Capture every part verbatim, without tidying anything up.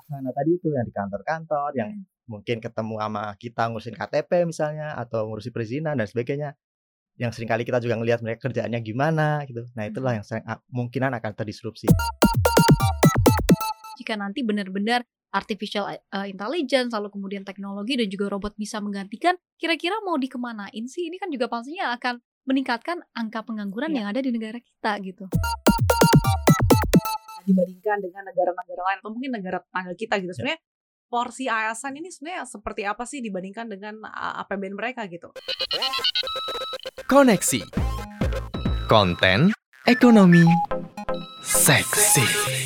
Nah, tadi itu yang di kantor-kantor, yang Mhm. mungkin ketemu sama kita ngurusin K T P misalnya, atau ngurusin perizinan dan sebagainya, yang seringkali kita juga ngelihat mereka kerjaannya gimana gitu. Nah, itulah Mhm. yang sering a kemungkinan akan terdisrupsi. Jika nanti benar-benar artificial, eee, intelligence, lalu kemudian teknologi dan juga robot bisa menggantikan, kira-kira mau dikemanain sih? Ini kan juga pastinya akan meningkatkan angka pengangguran Iya. yang ada di negara kita gitu. Dibandingkan dengan negara-negara lain atau mungkin negara tetangga kita gitu. Ya. Sebenarnya porsi A S N ini sebenarnya seperti apa sih dibandingkan dengan A A P B N mereka gitu? Koneksi konten ekonomi seksi.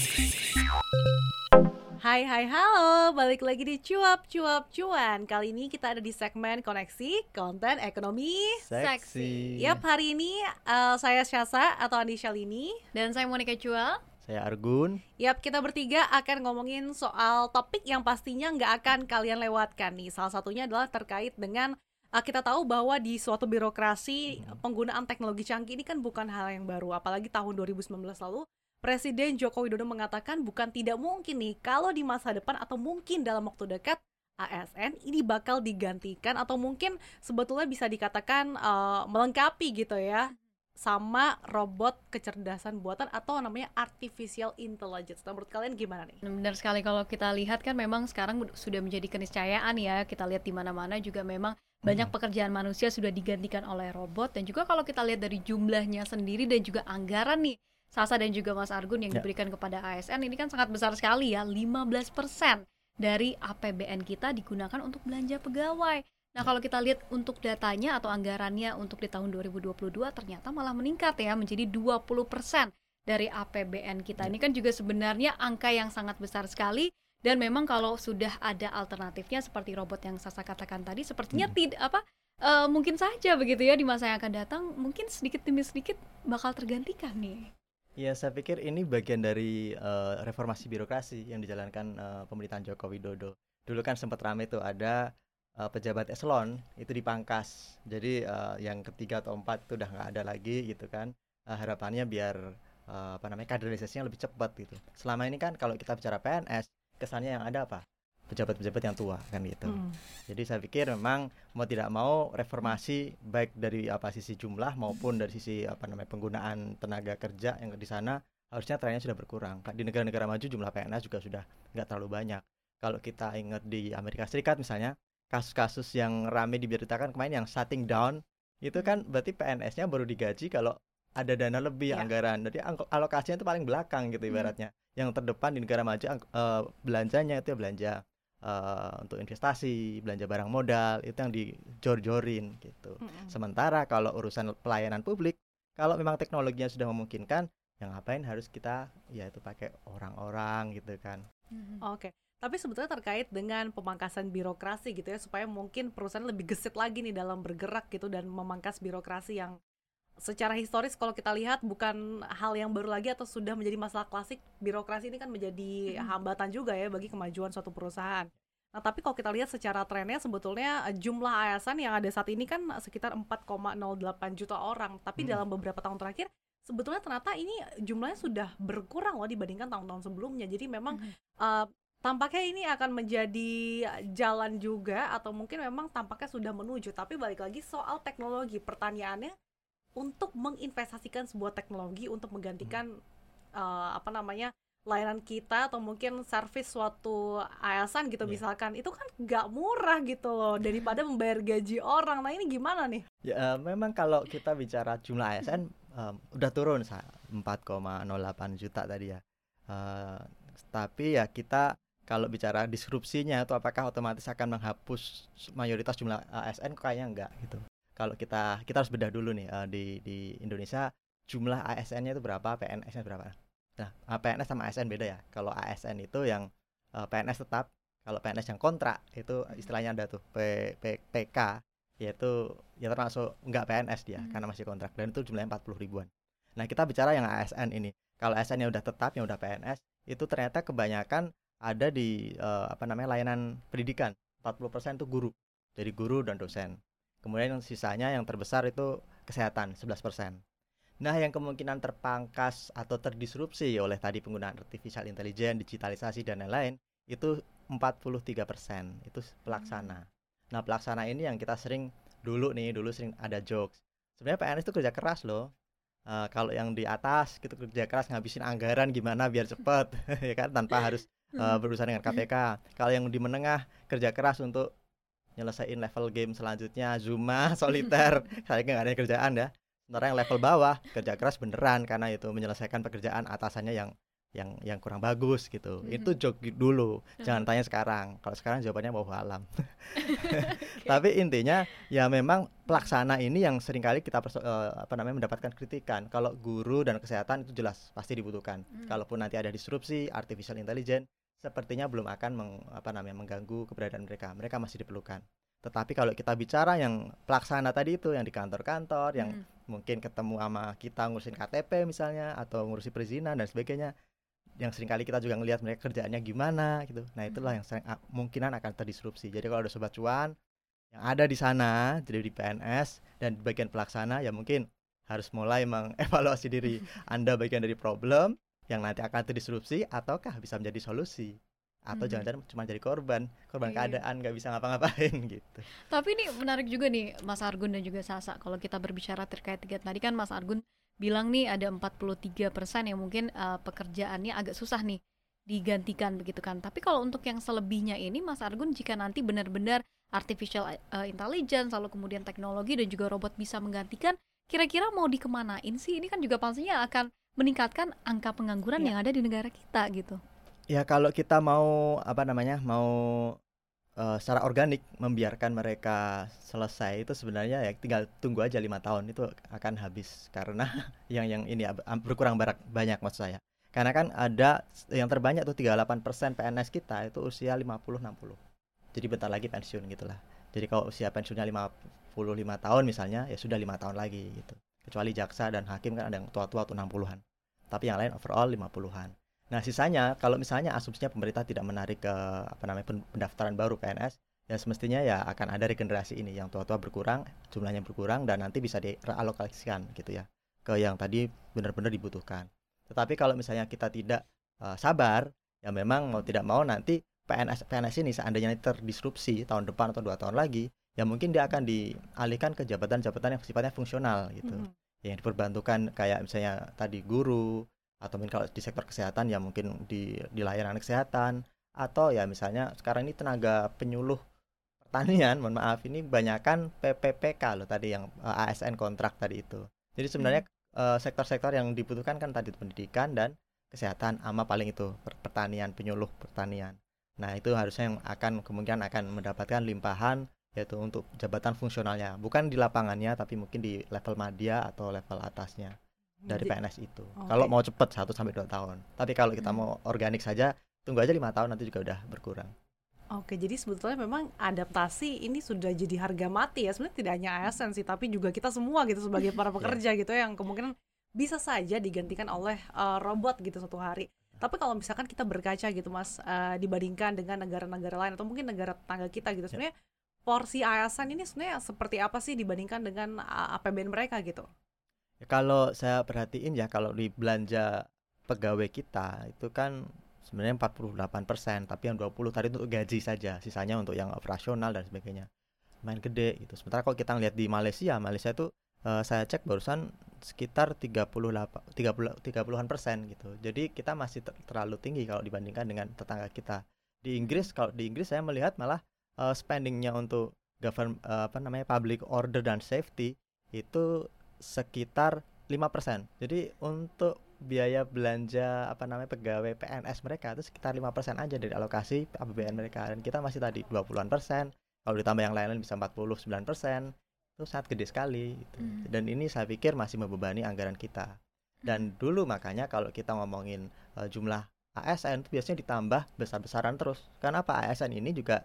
Hai hai halo, balik lagi di Cuap Cuap Cuan. Kali ini kita ada di segmen koneksi konten ekonomi. Seksi. Yap, hari ini uh, saya Syasa atau Andi Shalini. Dan saya Monica Chua. Saya Argun. Yap, kita bertiga akan ngomongin soal topik yang pastinya nggak akan kalian lewatkan nih. Salah satunya adalah terkait dengan uh, kita tahu bahwa di suatu birokrasi Hmm. penggunaan teknologi canggih ini kan bukan hal yang baru. Apalagi tahun dua ribu sembilan belas lalu Presiden Joko Widodo mengatakan bukan tidak mungkin nih kalau di masa depan atau mungkin dalam waktu dekat A S N ini bakal digantikan atau mungkin sebetulnya bisa dikatakan uh, melengkapi gitu ya sama robot kecerdasan buatan atau namanya artificial intelligence. Nah, menurut kalian gimana nih? Benar sekali, kalau kita lihat kan memang sekarang sudah menjadi keniscayaan ya. Kita lihat di mana-mana juga memang banyak Hmm. pekerjaan manusia sudah digantikan oleh robot. Dan juga kalau kita lihat dari jumlahnya sendiri dan juga anggaran nih Sasa dan juga Mas Argun yang Ya. diberikan kepada A S N ini kan sangat besar sekali ya. lima belas persen dari A P B N kita digunakan untuk belanja pegawai. Nah, kalau kita lihat untuk datanya atau anggarannya untuk di tahun dua ribu dua puluh dua ternyata malah meningkat ya menjadi dua puluh persen dari A P B N kita. Ini kan juga sebenarnya angka yang sangat besar sekali, dan memang kalau sudah ada alternatifnya seperti robot yang Sasa katakan tadi, sepertinya Hmm. tidak apa uh, mungkin saja begitu ya di masa yang akan datang mungkin sedikit demi sedikit bakal tergantikan nih. Ya, saya pikir ini bagian dari uh, reformasi birokrasi yang dijalankan uh, pemerintahan Joko Widodo. Dulu kan sempat ramai tuh ada uh, pejabat eselon itu dipangkas. Jadi uh, yang ketiga atau empat itu udah nggak ada lagi gitu kan. Uh, harapannya biar uh, apa namanya kaderisasinya lebih cepat gitu. Selama ini kan kalau kita bicara P N S, kesannya yang ada apa? Pejabat-pejabat yang tua kan gitu. Hmm. Jadi saya pikir memang mau tidak mau reformasi baik dari apa sisi jumlah maupun dari sisi apa namanya penggunaan tenaga kerja yang di sana harusnya trennya sudah berkurang. Di negara-negara maju jumlah P N S juga sudah nggak terlalu banyak. Kalau kita ingat di Amerika Serikat misalnya, kasus-kasus yang ramai diberitakan kemarin yang shutting down itu kan berarti P N S-nya baru digaji kalau ada dana lebih Ya. anggaran. Jadi alokasinya itu paling belakang gitu ibaratnya. Yang terdepan di negara maju uh, belanjanya itu ya belanja Uh, untuk investasi, belanja barang modal, itu yang dijor-jorin gitu. Mm-mm. Sementara kalau urusan pelayanan publik, kalau memang teknologinya sudah memungkinkan, yang ngapain harus kita ya itu pakai orang-orang gitu kan. Oke, tapi sebetulnya terkait dengan pemangkasan birokrasi gitu ya, supaya mungkin perusahaan lebih gesit lagi nih dalam bergerak gitu dan memangkas birokrasi yang secara historis kalau kita lihat bukan hal yang baru lagi atau sudah menjadi masalah klasik. Birokrasi ini kan menjadi Hmm. hambatan juga ya bagi kemajuan suatu perusahaan. Nah, tapi kalau kita lihat secara trennya sebetulnya jumlah A S N yang ada saat ini kan sekitar empat koma nol delapan juta orang. Tapi Hmm. dalam beberapa tahun terakhir sebetulnya ternyata ini jumlahnya sudah berkurang loh dibandingkan tahun-tahun sebelumnya. Jadi memang Mhm. uh, tampaknya ini akan menjadi jalan juga atau mungkin memang tampaknya sudah menuju. Tapi balik lagi soal teknologi, pertanyaannya untuk menginvestasikan sebuah teknologi untuk menggantikan uh, apa namanya layanan kita atau mungkin servis suatu A S N gitu Yeah. misalkan, itu kan nggak murah gitu loh daripada membayar gaji orang. Nah, ini gimana nih? Ya uh, memang kalau kita bicara jumlah A S N um, udah turun empat koma nol delapan juta tadi ya. Uh, tapi ya kita kalau bicara disrupsinya itu apakah otomatis akan menghapus mayoritas jumlah A S N, kayaknya enggak gitu. Kalau kita kita harus bedah dulu nih uh, di di Indonesia jumlah A S N-nya itu berapa, P N S-nya berapa. Nah, P N S sama A S N beda ya. Kalau A S N itu yang uh, P N S tetap, kalau P N S yang kontrak itu istilahnya ada tuh P, P, P K, yaitu ya termasuk enggak P N S dia Hmm. karena masih kontrak, dan itu jumlahnya empat puluh ribuan. Nah, kita bicara yang A S N ini. Kalau A S N yang udah tetap, yang udah P N S, itu ternyata kebanyakan ada di uh, apa namanya layanan pendidikan. empat puluh persen itu guru. Jadi guru dan dosen. Kemudian yang sisanya yang terbesar itu kesehatan, sebelas persen. Nah, yang kemungkinan terpangkas atau terdisrupsi oleh tadi penggunaan artificial intelligence, digitalisasi dan lain-lain, itu empat puluh tiga persen itu pelaksana. Nah, pelaksana ini yang kita sering dulu nih, dulu sering ada jokes. Sebenarnya P N S itu kerja keras loh. Uh, kalau yang di atas gitu kerja keras ngabisin anggaran gimana biar cepat ya kan, tanpa harus uh, berurusan dengan K P K. Kalau yang di menengah kerja keras untuk nyelesain level game selanjutnya, Zuma, Soliter, saya nggak ada kerjaan ya. Sementara yang level bawah kerja keras beneran karena itu menyelesaikan pekerjaan atasannya yang yang yang kurang bagus gitu. Mm-hmm. Itu joke dulu. Mm-hmm. Jangan tanya sekarang. Kalau sekarang jawabannya wallahu alam. Okay. Tapi intinya ya memang pelaksana ini yang seringkali kita perso- uh, apa namanya mendapatkan kritikan. Kalau guru dan kesehatan itu jelas pasti dibutuhkan. Mm. Kalaupun nanti ada disrupsi artificial intelligence, sepertinya belum akan meng, apa namanya mengganggu keberadaan mereka. Mereka masih diperlukan. Tetapi kalau kita bicara yang pelaksana tadi itu yang di kantor-kantor, mm. yang mungkin ketemu sama kita ngurusin K T P misalnya atau ngurusin perizinan dan sebagainya, yang seringkali kita juga ngelihat mereka kerjaannya gimana gitu. Nah, itulah yang sering, kemungkinan akan terdisrupsi. Jadi kalau ada sobat cuan yang ada di sana, jadi di P N S dan di bagian pelaksana, ya mungkin harus mulai mengevaluasi diri. Anda bagian dari problem yang nanti akan terdisrupsi ataukah bisa menjadi solusi? Atau hmm. jangan-jangan cuma jadi korban, korban iya. keadaan, nggak bisa ngapa-ngapain gitu. Tapi ini menarik juga nih Mas Argun dan juga Sasa. Kalau kita berbicara terkait tiga tadi kan Mas Argun bilang nih ada empat puluh tiga persen yang mungkin uh, pekerjaannya agak susah nih digantikan begitu kan. Tapi kalau untuk yang selebihnya ini Mas Argun, jika nanti benar-benar artificial uh, intelligence lalu kemudian teknologi dan juga robot bisa menggantikan, kira-kira mau dikemanain sih? Ini kan juga pastinya akan meningkatkan angka pengangguran ya. yang ada di negara kita gitu. Ya kalau kita mau apa namanya mau uh, secara organik membiarkan mereka selesai itu sebenarnya ya tinggal tunggu aja lima tahun itu akan habis karena yang yang ini berkurang banyak maksud saya. Karena kan ada yang terbanyak tuh tiga puluh delapan persen P N S kita itu usia lima puluh enam puluh. Jadi bentar lagi pensiun gitulah. Jadi kalau usia pensiunnya lima puluh lima tahun misalnya ya sudah lima tahun lagi gitu. Kecuali jaksa dan hakim kan ada yang tua-tua tuh enam puluhan. Tapi yang lain overall lima puluhan. Nah sisanya kalau misalnya asumsinya pemerintah tidak menarik ke apa namanya pendaftaran baru P N S, ya semestinya ya akan ada regenerasi ini yang tua-tua berkurang, jumlahnya berkurang dan nanti bisa direalokasikan gitu ya ke yang tadi benar-benar dibutuhkan. Tetapi kalau misalnya kita tidak uh, sabar, ya memang mau tidak mau nanti P N S P N S ini seandainya terdisrupsi tahun depan atau dua tahun lagi, ya mungkin dia akan dialihkan ke jabatan-jabatan yang sifatnya fungsional gitu, mm-hmm. yang diperbantukan kayak misalnya tadi guru. Atau mungkin kalau di sektor kesehatan ya mungkin di, di layanan kesehatan. Atau ya misalnya sekarang ini tenaga penyuluh pertanian, mohon maaf ini banyakan P P P K loh tadi yang uh, A S N kontrak tadi itu. Jadi sebenarnya hmm. uh, sektor-sektor yang dibutuhkan kan tadi pendidikan dan kesehatan sama paling itu pertanian, penyuluh pertanian. Nah itu harusnya yang akan kemungkinan akan mendapatkan limpahan yaitu untuk jabatan fungsionalnya. Bukan di lapangannya tapi mungkin di level madya atau level atasnya. Dari P N S itu. Okay. Kalau mau cepet satu sampai dua tahun. Tapi kalau kita hmm. mau organik saja, tunggu aja lima tahun nanti juga udah berkurang. Oke, jadi sebetulnya memang adaptasi ini sudah jadi harga mati ya. Sebenarnya tidak hanya A S N sih, tapi juga kita semua gitu sebagai para pekerja yeah. gitu yang kemungkinan bisa saja digantikan oleh uh, robot gitu suatu hari. Tapi kalau misalkan kita berkaca gitu Mas, uh, dibandingkan dengan negara-negara lain atau mungkin negara tetangga kita gitu, sebenarnya yeah. porsi A S N ini sebenarnya seperti apa sih dibandingkan dengan uh, A P B N mereka gitu? Kalau saya perhatiin ya kalau di belanja pegawai kita itu kan sebenarnya empat puluh delapan persen, tapi yang dua puluh tadi untuk gaji saja, sisanya untuk yang operasional dan sebagainya. Main gede gitu. Sementara kalau kita lihat di Malaysia, Malaysia itu uh, saya cek barusan sekitar tiga puluh delapan tiga puluh tiga puluhan persen gitu. Jadi kita masih ter- terlalu tinggi kalau dibandingkan dengan tetangga kita. Di Inggris kalau di Inggris saya melihat malah uh, spendingnya untuk govern uh, apa namanya public order dan safety itu sekitar lima persen. Jadi untuk biaya belanja apa namanya pegawai P N S mereka itu sekitar lima persen aja dari alokasi A P B N mereka. Dan kita masih tadi dua puluhan persen. Kalau ditambah yang lain-lain bisa empat puluh sembilan persen. Itu sangat gede sekali gitu. Hmm. Dan ini saya pikir masih membebani anggaran kita. Dan dulu makanya kalau kita ngomongin uh, jumlah A S N itu biasanya ditambah besar-besaran terus. Karena apa? A S N ini juga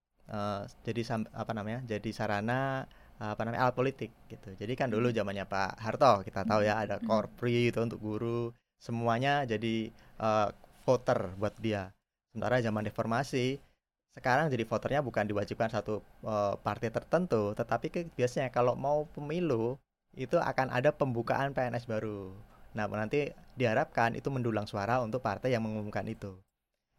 uh, jadi apa namanya? Jadi sarana apa namanya alat politik gitu. Jadi kan dulu zamannya Pak Harto kita tahu ya ada korpri itu untuk guru, semuanya jadi uh, voter buat dia. Sementara zaman reformasi sekarang jadi voternya bukan diwajibkan satu uh, partai tertentu, tetapi ke, biasanya kalau mau pemilu itu akan ada pembukaan P N S baru. Nah nanti diharapkan itu mendulang suara untuk partai yang mengumumkan itu.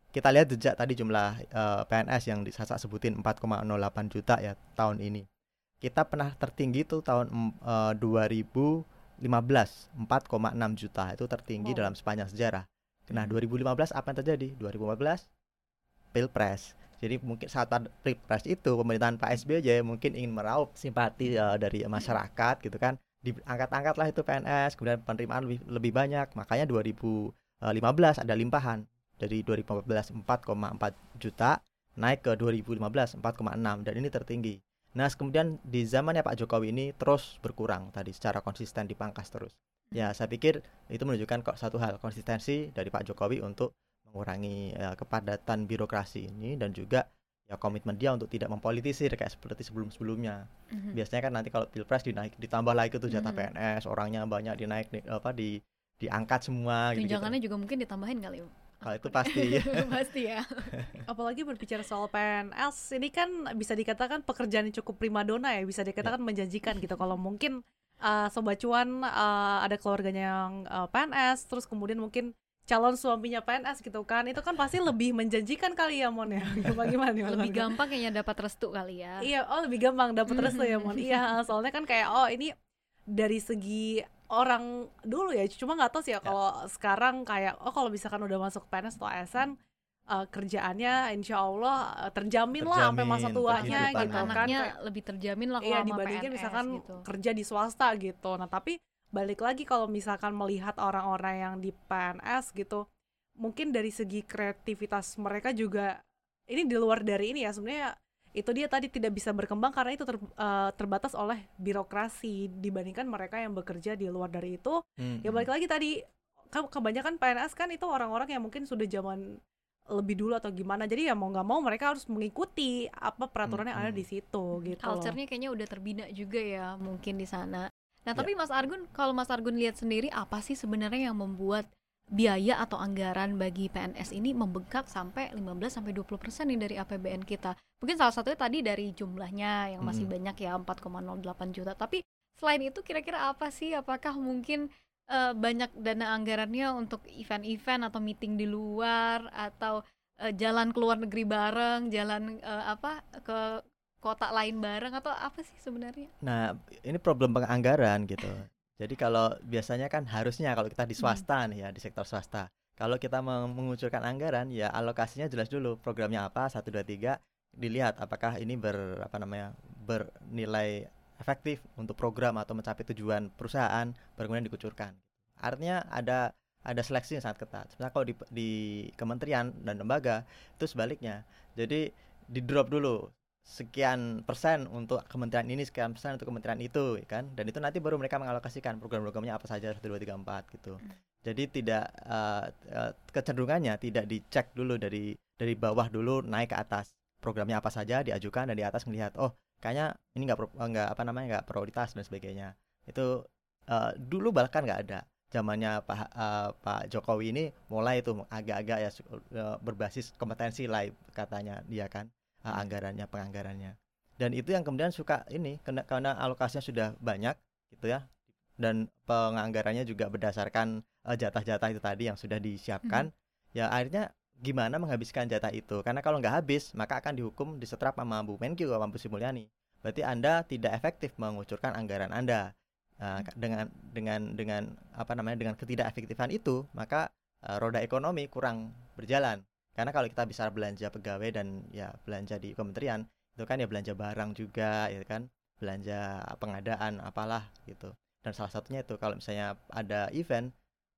kita lihat jejak tadi jumlah uh, P N S yang di Sasa sebutin empat koma nol delapan juta ya tahun ini. Kita pernah tertinggi tuh tahun uh, dua ribu lima belas empat koma enam juta, itu tertinggi Wow. dalam sepanjang sejarah. Nah, dua ribu lima belas apa yang terjadi? dua ribu lima belas Pilpres. Jadi mungkin saat pada Pilpres itu pemerintahan Pak S B Y mungkin ingin meraup simpati uh, dari masyarakat gitu kan. Diangkat-angkatlah itu P N S, kemudian penerimaan lebih lebih banyak. Makanya dua ribu lima belas ada limpahan. Dari dua ribu empat belas empat koma empat juta naik ke dua ribu lima belas empat koma enam, dan ini tertinggi. Nah, kemudian di zamannya Pak Jokowi ini terus berkurang tadi secara konsisten dipangkas terus. Ya, saya pikir itu menunjukkan kok satu hal, konsistensi dari Pak Jokowi untuk mengurangi ya, kepadatan birokrasi ini, dan juga ya komitmen dia untuk tidak mempolitisir kayak seperti sebelum-sebelumnya. Mhm. Biasanya kan nanti kalau Pilpres dinaik ditambah lagi tuh jatah Mhm. P N S, orangnya banyak dinaik nih, apa di diangkat semua gitu. Tunjangannya juga mungkin ditambahin kali. Kalau itu pasti. Pasti ya. Apalagi berbicara soal P N S, ini kan bisa dikatakan pekerjaan yang cukup primadona ya, bisa dikatakan menjanjikan gitu. Kalau mungkin uh, Sobat Cuan uh, ada keluarganya yang uh, P N S, terus kemudian mungkin calon suaminya P N S gitu kan, itu kan pasti lebih menjanjikan kali ya Mon ya. Gimana nih? Lebih gampang kayaknya dapat restu kali ya. Iya, oh lebih gampang dapat restu ya Mon. Iya, soalnya kan kayak oh ini dari segi orang dulu ya, cuma nggak tahu sih ya kalau sekarang kayak oh kalau misalkan udah masuk P N S atau A S N uh, kerjaannya insya Allah uh, terjamin, lah sampai masa Terjamin, tuanya penghidupan gitu kan. Anaknya Kayak- lebih terjamin lah kalau Iya sama dibandingin P N S misalkan gitu. kerja di swasta gitu. Nah tapi balik lagi kalau misalkan melihat orang-orang yang di P N S gitu, mungkin dari segi kreativitas mereka juga ini di luar dari ini ya, sebenarnya itu dia tadi tidak bisa berkembang karena itu ter, uh, terbatas oleh birokrasi dibandingkan mereka yang bekerja di luar dari itu. Hmm, Ya balik lagi tadi ke- kebanyakan P N S kan itu orang-orang yang mungkin sudah zaman lebih dulu atau gimana, jadi ya mau nggak mau mereka harus mengikuti apa peraturan yang ada Hmm. di situ gitu loh. Culture-nya kayaknya udah terbina juga ya mungkin di sana. Nah, tapi Mas Argun, kalau Mas Argun lihat sendiri apa sih sebenarnya yang membuat biaya atau anggaran bagi P N S ini membengkak sampai lima belas sampai dua puluh persen nih dari A P B N kita? Mungkin salah satunya tadi dari jumlahnya yang masih Hmm. banyak ya empat koma nol delapan juta. Tapi selain itu kira-kira apa sih? Apakah mungkin eh, banyak dana anggarannya untuk event-event atau meeting di luar, atau eh, jalan ke luar negeri bareng, jalan eh, apa ke kota lain bareng, atau apa sih sebenarnya? Nah, ini problem penganggaran gitu. Jadi kalau biasanya kan harusnya kalau kita di swasta nih ya, di sektor swasta, kalau kita meng- mengucurkan anggaran ya alokasinya jelas dulu, programnya apa, satu dua tiga, dilihat apakah ini ber apa namanya bernilai efektif untuk program atau mencapai tujuan perusahaan, baru kemudian dikucurkan. Artinya ada ada seleksi yang sangat ketat. Sebenarnya kalau di, di kementerian dan lembaga itu sebaliknya. Jadi di drop dulu sekian persen untuk kementerian ini, sekian persen untuk kementerian itu, ya kan? Dan itu nanti baru mereka mengalokasikan program-programnya apa saja, satu dua tiga empat gitu. Jadi tidak uh, uh, kecenderungannya tidak dicek dulu dari dari bawah dulu naik ke atas. Programnya apa saja diajukan, dan di atas melihat oh kayaknya ini nggak nggak apa namanya nggak prioritas dan sebagainya. Itu uh, dulu bahkan nggak ada. Zamannya Pak uh, Pak Jokowi ini mulai itu agak-agak ya uh, berbasis kompetensi lah katanya dia kan. Uh, anggarannya, penganggarannya, dan itu yang kemudian suka ini karena, karena alokasinya sudah banyak gitu ya, dan penganggarannya juga berdasarkan uh, jatah-jatah itu tadi yang sudah disiapkan. Ya akhirnya gimana menghabiskan jatah itu, karena kalau nggak habis maka akan dihukum, disetrap sama Bu Menkyu sama Bu Sri Mulyani. Berarti Anda tidak efektif mengucurkan anggaran Anda. Nah, dengan dengan dengan apa namanya dengan ketidakefektifan itu, maka uh, roda ekonomi kurang berjalan. Karena kalau kita bisa belanja pegawai dan ya belanja di kementerian, itu kan ya belanja barang juga, ya kan, belanja pengadaan apalah gitu. Dan salah satunya itu kalau misalnya ada event,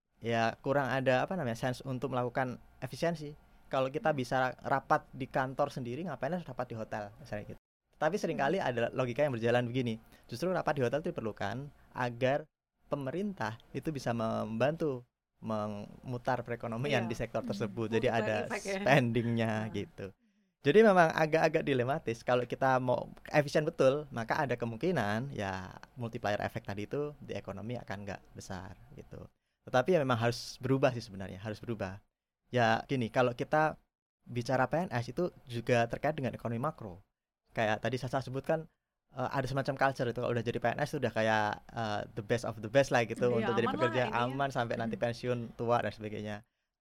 ya kurang ada apa namanya sense untuk melakukan efisiensi. Kalau kita bisa rapat di kantor sendiri, ngapain harus rapat di hotel misalnya gitu. Tapi seringkali ada logika yang berjalan begini, justru rapat di hotel itu diperlukan agar pemerintah itu bisa membantu memutar perekonomian Iya. di sektor tersebut. Hmm, Jadi multiplier ada effect ya. spendingnya gitu. Jadi memang agak-agak dilematis. Kalau kita mau efisien betul, maka ada kemungkinan ya multiplier effect tadi itu di ekonomi akan nggak besar gitu. Tetapi ya memang harus berubah sih sebenarnya, harus berubah. Ya gini, kalau kita bicara P N S itu juga terkait dengan ekonomi makro. Kayak tadi Sasa sebutkan uh, ada semacam culture itu, kalau udah jadi P N S itu udah kayak uh, the best of the best lah gitu, Iya, untuk jadi aman pekerja lah ininya. aman sampai nanti pensiun tua dan sebagainya.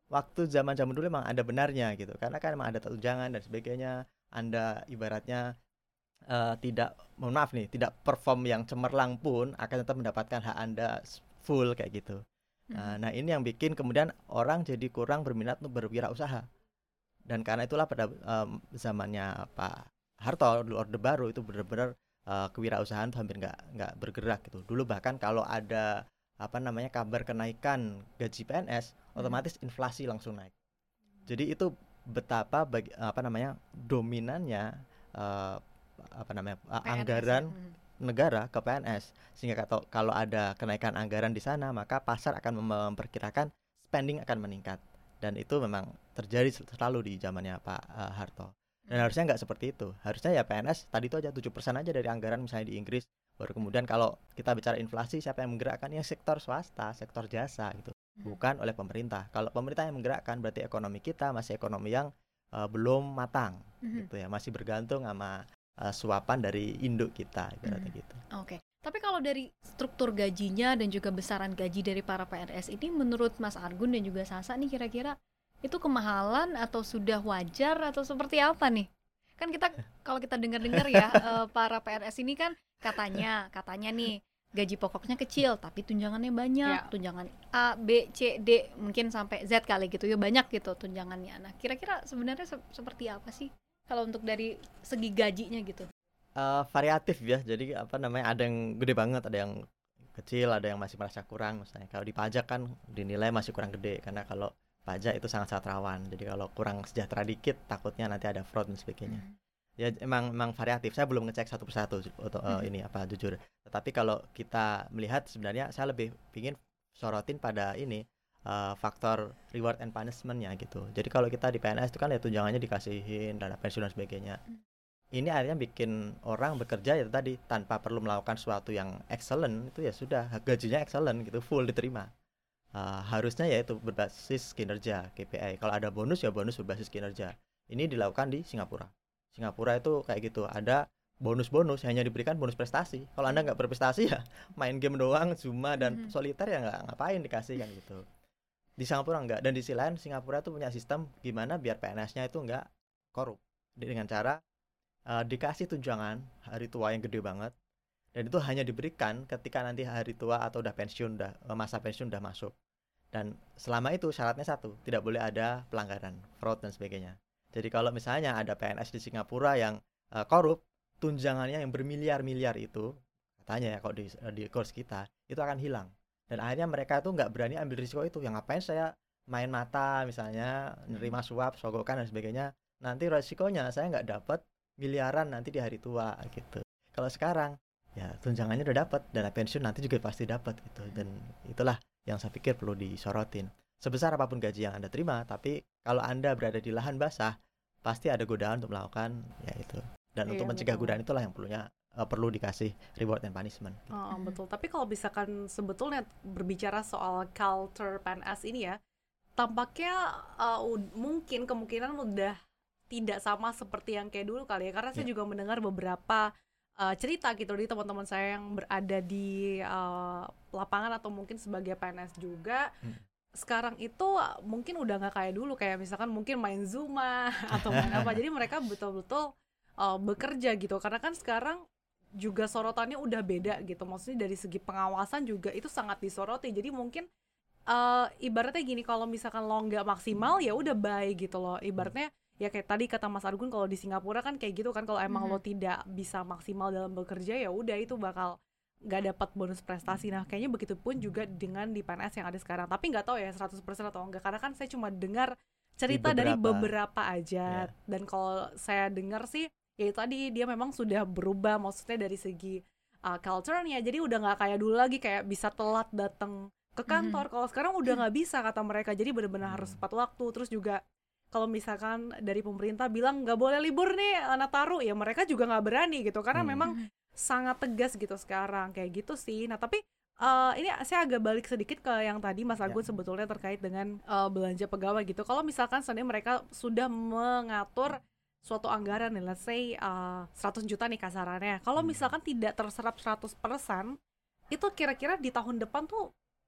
waktu zaman-zaman dulu emang ada benarnya gitu, karena kan emang ada tunjangan dan sebagainya. Anda ibaratnya uh, tidak, mohon maaf nih, tidak perform yang cemerlang pun akan tetap mendapatkan hak Anda full kayak gitu. Nah, nah ini yang bikin kemudian orang jadi kurang berminat untuk berwirausaha. Dan karena itulah pada um, zamannya Pak Harto, Orde Baru itu benar-benar uh, kewirausahaan tuh hampir nggak nggak bergerak gitu. Dulu bahkan kalau ada apa namanya kabar kenaikan gaji P N S, hmm. otomatis inflasi langsung naik. Jadi itu betapa bagi, apa namanya dominannya uh, apa namanya uh, anggaran ya. negara ke P N S, sehingga kalau kalau ada kenaikan anggaran di sana maka pasar akan memperkirakan spending akan meningkat, dan itu memang terjadi selalu di zamannya Pak uh, Harto. Dan harusnya nggak seperti itu, harusnya ya P N S tadi itu aja tujuh persen aja dari anggaran misalnya di Inggris, baru kemudian kalau kita bicara inflasi siapa yang menggerakkan, ya sektor swasta, sektor jasa gitu, bukan oleh pemerintah. Kalau pemerintah yang menggerakkan berarti ekonomi kita masih ekonomi yang uh, belum matang gitu ya, masih bergantung sama Uh, suapan dari induk kita ibaratnya hmm. gitu. Oke. Okay. Tapi kalau dari struktur gajinya dan juga besaran gaji dari para P N S ini, menurut Mas Argun dan juga Sasa nih, kira-kira itu kemahalan atau sudah wajar atau seperti apa nih? Kan kita kalau kita dengar-dengar ya uh, para P N S ini kan katanya katanya nih gaji pokoknya kecil tapi tunjangannya banyak, ya. Tunjangan A, B, C, D, mungkin sampai Z kali gitu ya, banyak gitu tunjangannya. Nah, kira-kira sebenarnya se- seperti apa sih kalau untuk dari segi gajinya gitu? Uh, variatif ya. Jadi apa namanya, ada yang gede banget, ada yang kecil, ada yang masih merasa kurang. Misalnya kalau di pajak kan dinilai masih kurang gede, karena kalau pajak itu sangat-sangat rawan. Jadi kalau kurang sejahtera dikit takutnya nanti ada fraud dan sebagainya. Hmm. Ya emang emang variatif. Saya belum ngecek satu persatu untuk uh, hmm. ini apa jujur. Tetapi kalau kita melihat sebenarnya saya lebih ingin sorotin pada ini. Uh, faktor reward and punishment-nya gitu. Jadi kalau kita di P N S itu kan ya tunjangannya dikasihin, dana pensiun dan sebagainya. Hmm. Ini akhirnya bikin orang bekerja ya tadi tanpa perlu melakukan sesuatu yang excellent, itu ya sudah gajinya excellent gitu, full diterima. Uh, harusnya ya itu berbasis kinerja, K P I. Kalau ada bonus ya bonus berbasis kinerja. Ini dilakukan di Singapura. Singapura itu kayak gitu, ada bonus-bonus, hanya diberikan bonus prestasi. Kalau Anda nggak berprestasi ya main game doang, Zuma dan hmm. soliter ya nggak ngapain dikasih kan gitu. Di Singapura enggak, dan di sisi lain Singapura itu punya sistem gimana biar P N S-nya itu enggak korup, dengan cara uh, dikasih tunjangan hari tua yang gede banget, dan itu hanya diberikan ketika nanti hari tua atau udah pensiun, udah masa pensiun udah masuk. Dan selama itu syaratnya satu, tidak boleh ada pelanggaran, fraud dan sebagainya. Jadi kalau misalnya ada P N S di Singapura yang uh, korup, tunjangannya yang bermiliar-miliar itu katanya ya kalau di, di course kita itu akan hilang. Dan akhirnya mereka tuh nggak berani ambil risiko itu. Yang ngapain saya main mata misalnya, nerima suap, sogokan dan sebagainya. Nanti risikonya saya nggak dapat miliaran nanti di hari tua gitu. Kalau sekarang ya tunjangannya udah dapat, dana pensiun nanti juga pasti dapat gitu. Dan itulah yang saya pikir perlu disorotin. Sebesar apapun gaji yang Anda terima, tapi kalau Anda berada di lahan basah, pasti ada godaan untuk melakukan ya itu. Dan iya, untuk mencegah betul. godaan itulah yang perlunya Uh, perlu dikasih reward and punishment. Oh, betul. Tapi kalau misalkan sebetulnya berbicara soal culture P N S ini ya, tampaknya uh, u- mungkin kemungkinan udah tidak sama seperti yang kayak dulu kali ya. Karena yeah. saya juga mendengar beberapa uh, cerita gitu dari teman-teman saya yang berada di uh, lapangan atau mungkin sebagai P N S juga. Hmm. Sekarang itu mungkin udah nggak kayak dulu, kayak misalkan mungkin main Zuma atau main apa. Jadi mereka betul-betul uh, bekerja gitu. Karena kan sekarang juga sorotannya udah beda gitu, maksudnya dari segi pengawasan juga itu sangat disoroti. Jadi mungkin uh, ibaratnya gini, kalau misalkan lo nggak maksimal ya udah bye gitu loh. Ibaratnya ya kayak tadi kata Mas Argun, kalau di Singapura kan kayak gitu kan, kalau emang mm-hmm. lo tidak bisa maksimal dalam bekerja ya udah itu bakal nggak dapat bonus prestasi. Nah kayaknya begitu pun juga dengan di P N S yang ada sekarang. Tapi nggak tahu ya seratus persen atau enggak, karena kan saya cuma dengar cerita beberapa. dari beberapa aja. Yeah. Dan kalau saya dengar sih ya tadi dia memang sudah berubah, maksudnya dari segi uh, culture-nya, jadi udah nggak kayak dulu lagi kayak bisa telat datang ke kantor. Mm-hmm. Kalau sekarang udah nggak bisa kata mereka, jadi benar-benar harus tepat waktu. Terus juga kalau misalkan dari pemerintah bilang nggak boleh libur nih Nataru, ya mereka juga nggak berani gitu, karena mm. memang sangat tegas gitu sekarang kayak gitu sih. Nah tapi uh, ini saya agak balik sedikit ke yang tadi Mas Agun yeah. sebetulnya terkait dengan uh, belanja pegawai gitu. Kalau misalkan seandainya mereka sudah mengatur suatu anggaran nih, let's say uh, seratus juta nih kasarannya. Kalau misalkan tidak terserap seratus persen, itu kira-kira di tahun depan tuh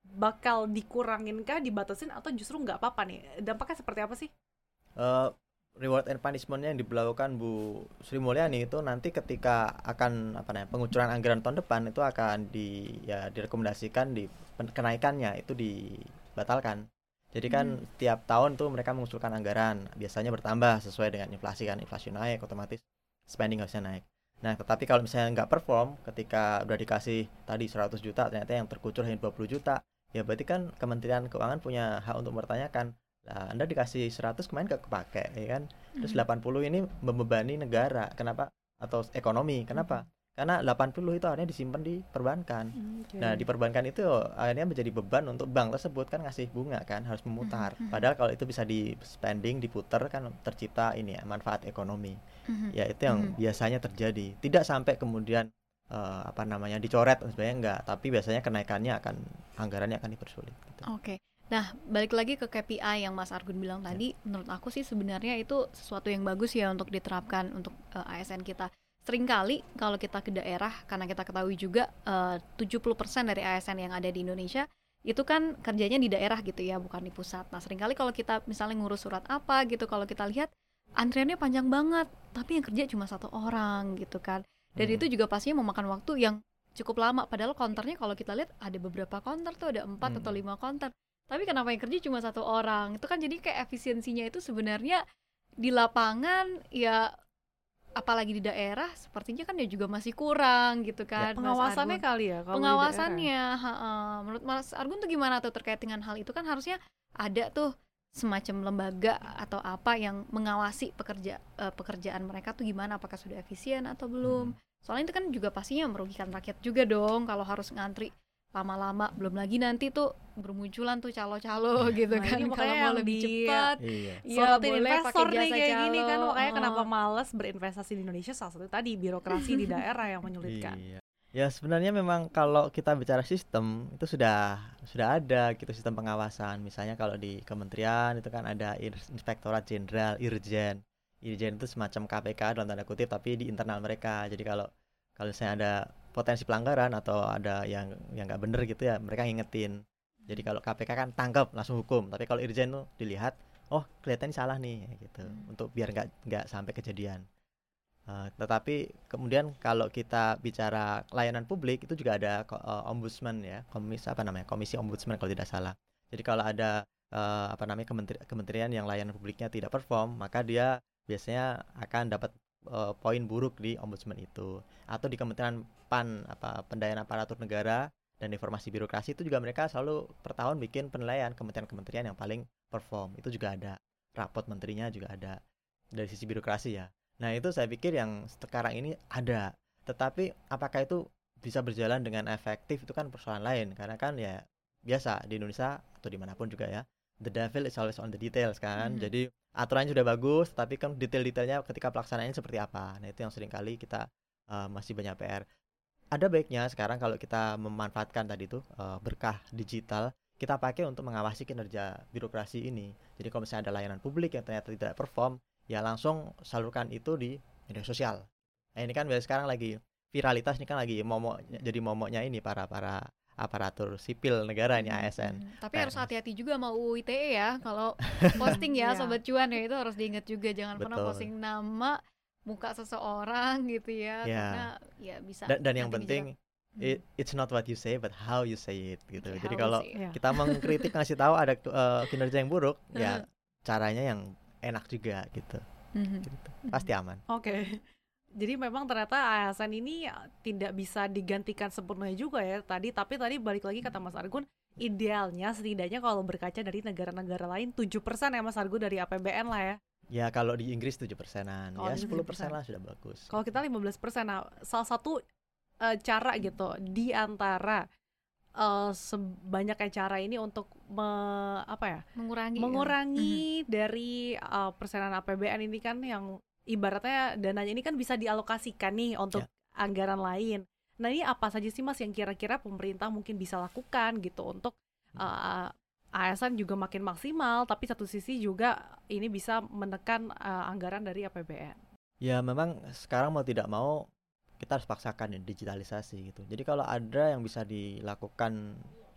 bakal dikurangin kah, dibatasin, atau justru nggak apa-apa nih? Dampaknya seperti apa sih? Uh, reward and punishment-nya yang diberlakukan Bu Sri Mulyani itu nanti ketika akan apa namanya pengucuran anggaran tahun depan itu akan di ya direkomendasikan di kenaikannya itu dibatalkan. Jadi kan hmm. tiap tahun tuh mereka mengusulkan anggaran biasanya bertambah sesuai dengan inflasi kan, inflasi naik otomatis spending harusnya naik. Nah tetapi kalau misalnya nggak perform ketika udah dikasih tadi seratus juta ternyata yang terkucur hanya dua puluh juta, ya berarti kan Kementerian Keuangan punya hak untuk mempertanyakan, lah Anda dikasih seratus kemarin gak kepake ya kan, terus delapan puluh ini membebani negara, kenapa, atau ekonomi, kenapa? Mm-hmm. Karena delapan puluh itu akhirnya disimpan di perbankan. Okay. Nah di perbankan itu akhirnya menjadi beban untuk bank tersebut kan, ngasih bunga kan, harus memutar. Mm-hmm. Padahal kalau itu bisa di spending, diputar kan tercipta ini ya manfaat ekonomi. Mm-hmm. Ya itu yang mm-hmm. biasanya terjadi. Tidak sampai kemudian uh, apa namanya dicoret sebenarnya enggak, tapi biasanya kenaikannya akan anggarannya akan dipersulit. Gitu. Oke. Okay. Nah, balik lagi ke K P I yang Mas Argun bilang tadi, ya. Menurut aku sih sebenarnya itu sesuatu yang bagus ya untuk diterapkan untuk uh, A S N kita. Seringkali kalau kita ke daerah, karena kita ketahui juga uh, tujuh puluh persen dari A S N yang ada di Indonesia itu kan kerjanya di daerah gitu ya, bukan di pusat. Nah, seringkali kalau kita misalnya ngurus surat apa gitu, kalau kita lihat antriannya panjang banget, tapi yang kerja cuma satu orang gitu kan. Dan hmm. itu juga pastinya memakan waktu yang cukup lama, padahal counternya kalau kita lihat ada beberapa counter tuh, ada empat hmm. atau lima counter. Tapi kenapa yang kerja cuma satu orang? Itu kan jadi kayak efisiensinya itu sebenarnya di lapangan ya, apalagi di daerah sepertinya kan ya juga masih kurang gitu kan. Ya, pengawasannya kali ya kalau pengawasannya ha, ha. Menurut Mas Argun tuh gimana tuh terkait dengan hal itu? Kan harusnya ada tuh semacam lembaga atau apa yang mengawasi pekerja uh, pekerjaan mereka tuh gimana, apakah sudah efisien atau belum. hmm. Soalnya itu kan juga pastinya merugikan rakyat juga dong kalau harus ngantri lama-lama, belum lagi nanti tuh bermunculan tuh calo-calo gitu nah, kan, kalau mau lebih cepat iya. ya boleh pakai jasa nih kayak calo. Gini kan makanya oh. kenapa malas berinvestasi di Indonesia, salah satu tadi birokrasi di daerah yang menyulitkan. Iya. Ya sebenarnya memang kalau kita bicara sistem itu sudah sudah ada gitu sistem pengawasan. Misalnya kalau di kementerian itu kan ada Inspektorat Jenderal, Irjen. Irjen itu semacam K P K dalam tanda kutip tapi di internal mereka. Jadi kalau kalau misalnya ada potensi pelanggaran atau ada yang yang nggak bener gitu ya mereka ngingetin. Jadi kalau K P K kan tangkap langsung hukum, tapi kalau Irjen tuh dilihat, oh kelihatannya salah nih gitu, hmm. untuk biar nggak nggak sampai kejadian. Uh, tetapi kemudian kalau kita bicara layanan publik itu juga ada uh, ombudsman ya, komisi apa namanya komisi ombudsman kalau tidak salah. Jadi kalau ada uh, apa namanya kementeri- kementerian yang layanan publiknya tidak perform, maka dia biasanya akan dapat uh, poin buruk di ombudsman itu. Atau di Kementerian P A N apa pendayaan aparatur negara dan informasi birokrasi itu juga mereka selalu per tahun bikin penilaian kementerian-kementerian yang paling perform. Itu juga ada rapot menterinya juga ada dari sisi birokrasi ya. Nah itu saya pikir yang sekarang ini ada, tetapi apakah itu bisa berjalan dengan efektif itu kan persoalan lain, karena kan ya biasa di Indonesia atau dimanapun juga ya, the devil is always on the details kan. Mm-hmm. Jadi aturannya sudah bagus, tapi kan detail-detailnya ketika pelaksanaannya seperti apa. Nah itu yang seringkali kita uh, masih banyak P R. Ada baiknya sekarang kalau kita memanfaatkan tadi itu uh, berkah digital, kita pakai untuk mengawasi kinerja birokrasi ini. Jadi kalau misalnya ada layanan publik yang ternyata tidak perform, ya langsung salurkan itu di media sosial. Nah ini kan sekarang lagi viralitas, ini kan lagi momok, jadi momoknya ini para para aparatur sipil negara ini A S N. Hmm, tapi P R. harus hati-hati juga sama U U I T E ya kalau posting ya Sobat Cuan ya, itu harus diingat juga, jangan Betul. pernah posting nama muka seseorang gitu ya, ya. Karena ya bisa. Dan, dan yang penting It, it's not what you say but how you say it gitu. Okay, jadi kalau yeah. kita mengkritik ngasih tahu ada uh, kinerja yang buruk, ya caranya yang enak juga gitu. Mm-hmm. gitu. Pasti aman. Oke. Okay. Jadi memang ternyata A S N ini tidak bisa digantikan sempurna juga ya tadi, tapi tadi balik lagi kata Mas Argun, idealnya setidaknya kalau berkaca dari negara-negara lain tujuh persen ya Mas Argun dari A P B N lah ya. Ya kalau di Inggris tujuh persenan, ya sepuluh persen lah sudah bagus. Kalau kita lima belas persen, nah salah satu uh, cara gitu di antara uh, sebanyaknya cara ini untuk me, apa ya mengurangi mengurangi ya. dari uh, persenan A P B N ini kan yang ibaratnya dananya ini kan bisa dialokasikan nih untuk ya. anggaran lain. Nah ini apa saja sih Mas yang kira-kira pemerintah mungkin bisa lakukan gitu untuk uh, A S N juga makin maksimal, tapi satu sisi juga ini bisa menekan uh, anggaran dari A P B N. Ya memang sekarang mau tidak mau kita harus paksakan ya digitalisasi gitu. Jadi kalau ada yang bisa dilakukan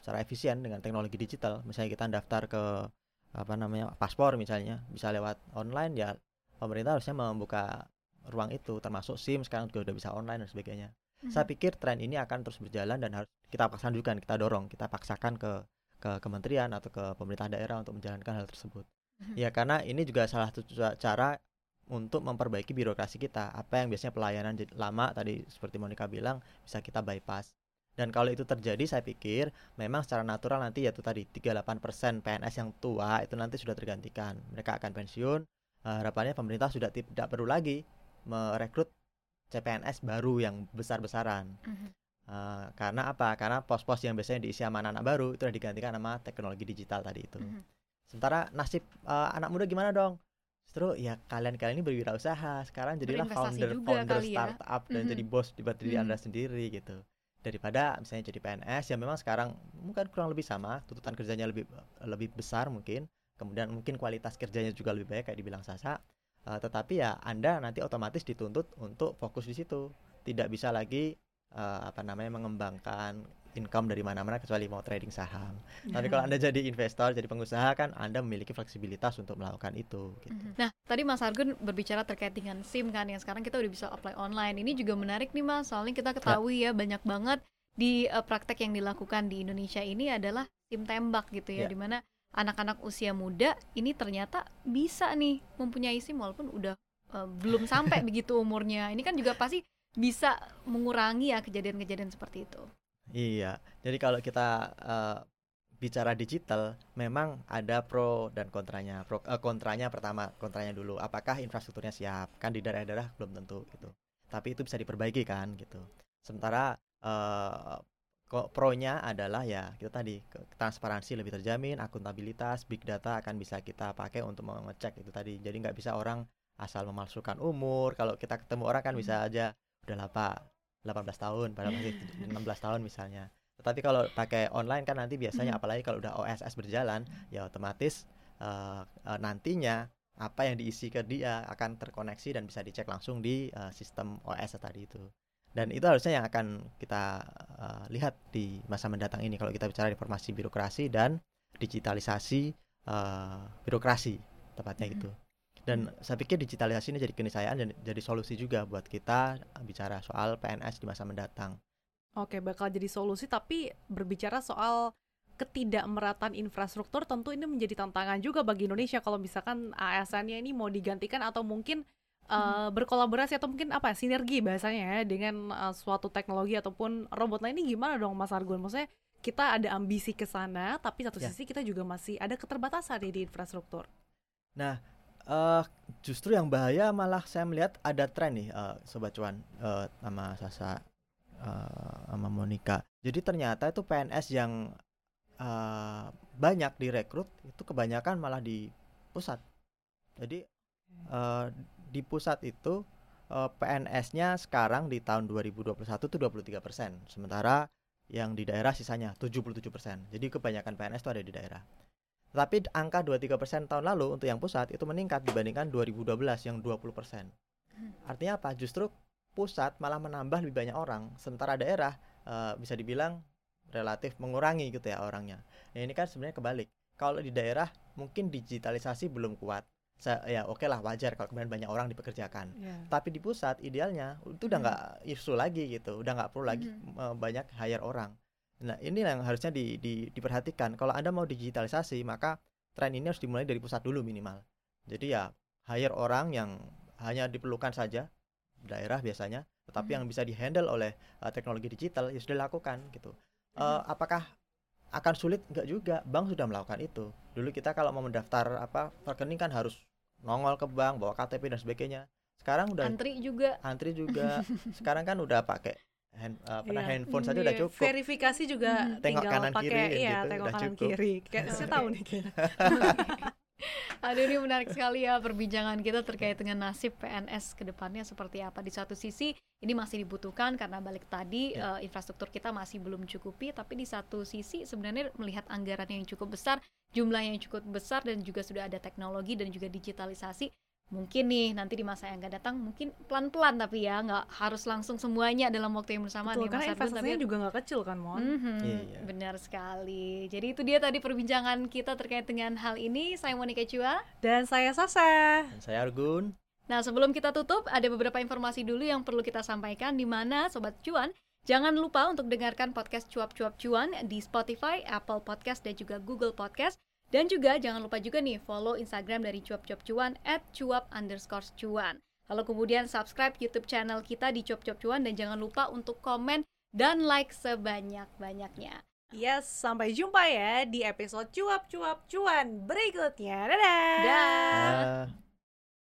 secara efisien dengan teknologi digital. Misalnya kita daftar ke apa namanya paspor misalnya bisa lewat online, ya pemerintah harusnya membuka ruang itu, termasuk SIM sekarang juga udah bisa online dan sebagainya. Mm-hmm. Saya pikir tren ini akan terus berjalan dan harus kita paksakan juga, kita dorong, kita paksakan ke ke kementerian atau ke pemerintah daerah untuk menjalankan hal tersebut. Mm-hmm. Ya karena ini juga salah satu cara untuk memperbaiki birokrasi kita. Apa yang biasanya pelayanan lama tadi seperti Monica bilang bisa kita bypass. Dan kalau itu terjadi, saya pikir memang secara natural nanti yaitu tadi tiga puluh delapan persen P N S yang tua itu nanti sudah tergantikan. Mereka akan pensiun. Uh, harapannya pemerintah sudah tidak perlu lagi merekrut C P N S baru yang besar-besaran. Mm-hmm. Uh, karena apa? Karena pos-pos yang biasanya diisi sama anak-anak baru itu sudah digantikan sama teknologi digital tadi itu. Mm-hmm. Sementara nasib uh, anak muda gimana dong? Justru ya kalian-kalian ini berwirausasaha, sekarang jadilah founder founder startup ya? Dan mm-hmm. jadi bos di diri mm-hmm. Anda sendiri gitu. Daripada misalnya jadi P N S yang memang sekarang mungkin kurang lebih sama, tuntutan kerjanya lebih lebih besar mungkin, kemudian mungkin kualitas kerjanya juga lebih baik kayak dibilang Sasa. Uh, tetapi ya Anda nanti otomatis dituntut untuk fokus di situ, tidak bisa lagi uh, apa namanya mengembangkan income dari mana-mana kecuali mau trading saham. Tapi kalau Anda jadi investor, jadi pengusaha kan Anda memiliki fleksibilitas untuk melakukan itu gitu. Nah, tadi Mas Argun berbicara terkait dengan SIM kan yang sekarang kita udah bisa apply online. Ini juga menarik nih Mas, soalnya kita ketahui ya, ya banyak banget di uh, praktek yang dilakukan di Indonesia ini adalah SIM tembak gitu ya, ya. Dimana anak-anak usia muda ini ternyata bisa nih mempunyai SIM walaupun udah uh, belum sampai begitu umurnya. Ini kan juga pasti bisa mengurangi ya kejadian-kejadian seperti itu. Iya, jadi kalau kita uh, bicara digital, memang ada pro dan kontranya. Pro, uh, kontranya pertama, kontranya dulu. Apakah infrastrukturnya siap? Kan di daerah-daerah belum tentu gitu. Tapi itu bisa diperbaiki kan gitu. Sementara uh, pro-nya adalah ya itu tadi, transparansi lebih terjamin, akuntabilitas, big data akan bisa kita pakai untuk mengecek itu tadi. Jadi nggak bisa orang asal memalsukan umur. Kalau kita ketemu orang kan bisa aja udah lapa delapan belas tahun padahal masih enam belas tahun misalnya. Tetapi kalau pakai online kan nanti biasanya apalagi kalau udah O S S berjalan ya otomatis uh, uh, nantinya apa yang diisi ke dia akan terkoneksi dan bisa dicek langsung di uh, sistem O S tadi itu. Dan itu harusnya yang akan kita uh, lihat di masa mendatang ini kalau kita bicara reformasi birokrasi dan digitalisasi uh, birokrasi tepatnya gitu. Dan saya pikir digitalisasi ini jadi keniscayaan dan jadi solusi juga buat kita bicara soal P N S di masa mendatang. Oke, bakal jadi solusi, tapi berbicara soal ketidakmerataan infrastruktur tentu ini menjadi tantangan juga bagi Indonesia kalau misalkan A S N-nya ini mau digantikan atau mungkin Uh, berkolaborasi atau mungkin apa sinergi bahasanya ya dengan uh, suatu teknologi ataupun robot. Nah ini gimana dong Mas Argun? Maksudnya kita ada ambisi ke sana tapi satu ya. Sisi kita juga masih ada keterbatasan di infrastruktur. Nah uh, justru yang bahaya malah saya melihat ada tren nih uh, Sobat Cuan uh, sama Sasa uh, sama Monica. Jadi ternyata itu P N S yang uh, banyak direkrut itu kebanyakan malah di pusat. Jadi uh, di pusat itu uh, P N S-nya sekarang di tahun dua ribu dua puluh satu itu dua puluh tiga persen. Sementara yang di daerah sisanya tujuh puluh tujuh persen. Jadi kebanyakan P N S itu ada di daerah. Tapi angka dua puluh tiga persen tahun lalu untuk yang pusat itu meningkat dibandingkan dua ribu dua belas yang dua puluh persen. Artinya apa? Justru pusat malah menambah lebih banyak orang. Sementara daerah uh, bisa dibilang relatif mengurangi gitu ya orangnya. Nah ini kan sebenarnya kebalik. Kalau di daerah mungkin digitalisasi belum kuat. Ya oke okay lah wajar kalau kemudian banyak orang dipekerjakan. Yeah. Tapi di pusat idealnya itu udah nggak mm. isu lagi gitu, udah nggak perlu lagi mm. uh, banyak hire orang. Nah ini yang harusnya di, di, diperhatikan. Kalau Anda mau digitalisasi maka tren ini harus dimulai dari pusat dulu minimal. Jadi ya hire orang yang hanya diperlukan saja daerah biasanya, tetapi mm. yang bisa dihandle oleh uh, teknologi digital ya sudah lakukan gitu. Uh, mm. Apakah akan sulit? Enggak juga. Bank sudah melakukan itu. Dulu kita kalau mau mendaftar apa rekening kan harus nongol ke bank, bawa K T P dan sebagainya. Sekarang udah antri juga. Antri juga. Sekarang kan udah pakai hand, apa yeah. handphone saja yeah. udah cukup. Verifikasi juga hmm. tengok kanan pakai, kiri iya, gitu tengok udah kanan cukup. Kiri. Kayak saya tahu nih kira. Aduh ini menarik sekali ya perbincangan kita terkait dengan nasib P N S ke depannya seperti apa. Di satu sisi ini masih dibutuhkan karena balik tadi ya. uh, infrastruktur kita masih belum cukupi, tapi di satu sisi sebenarnya melihat anggaran yang cukup besar, jumlah yang cukup besar dan juga sudah ada teknologi dan juga digitalisasi, mungkin nih nanti di masa yang akan datang mungkin pelan-pelan, tapi ya nggak harus langsung semuanya dalam waktu yang bersamaan Betul, nih karena Mas Argun. investasinya juga nggak kecil kan, Mon. Mhm, Iya. benar sekali. Jadi itu dia tadi perbincangan kita terkait dengan hal ini. Saya Monica Chua. Dan saya Sasa. Dan saya Argun. Nah, sebelum kita tutup, ada beberapa informasi dulu yang perlu kita sampaikan, di mana Sobat Cuan, jangan lupa untuk dengarkan podcast Cuap-Cuap Cuan di Spotify, Apple Podcast, dan juga Google Podcast. Dan juga jangan lupa juga nih follow Instagram dari Cuap-Cuap Cuan at cuap underscore cuan. Lalu kemudian subscribe YouTube channel kita di Cuap-Cuap Cuan, dan jangan lupa untuk komen dan like sebanyak-banyaknya. Yes, sampai jumpa ya di episode Cuap-Cuap Cuan berikutnya. Dadah! Dah. Dah.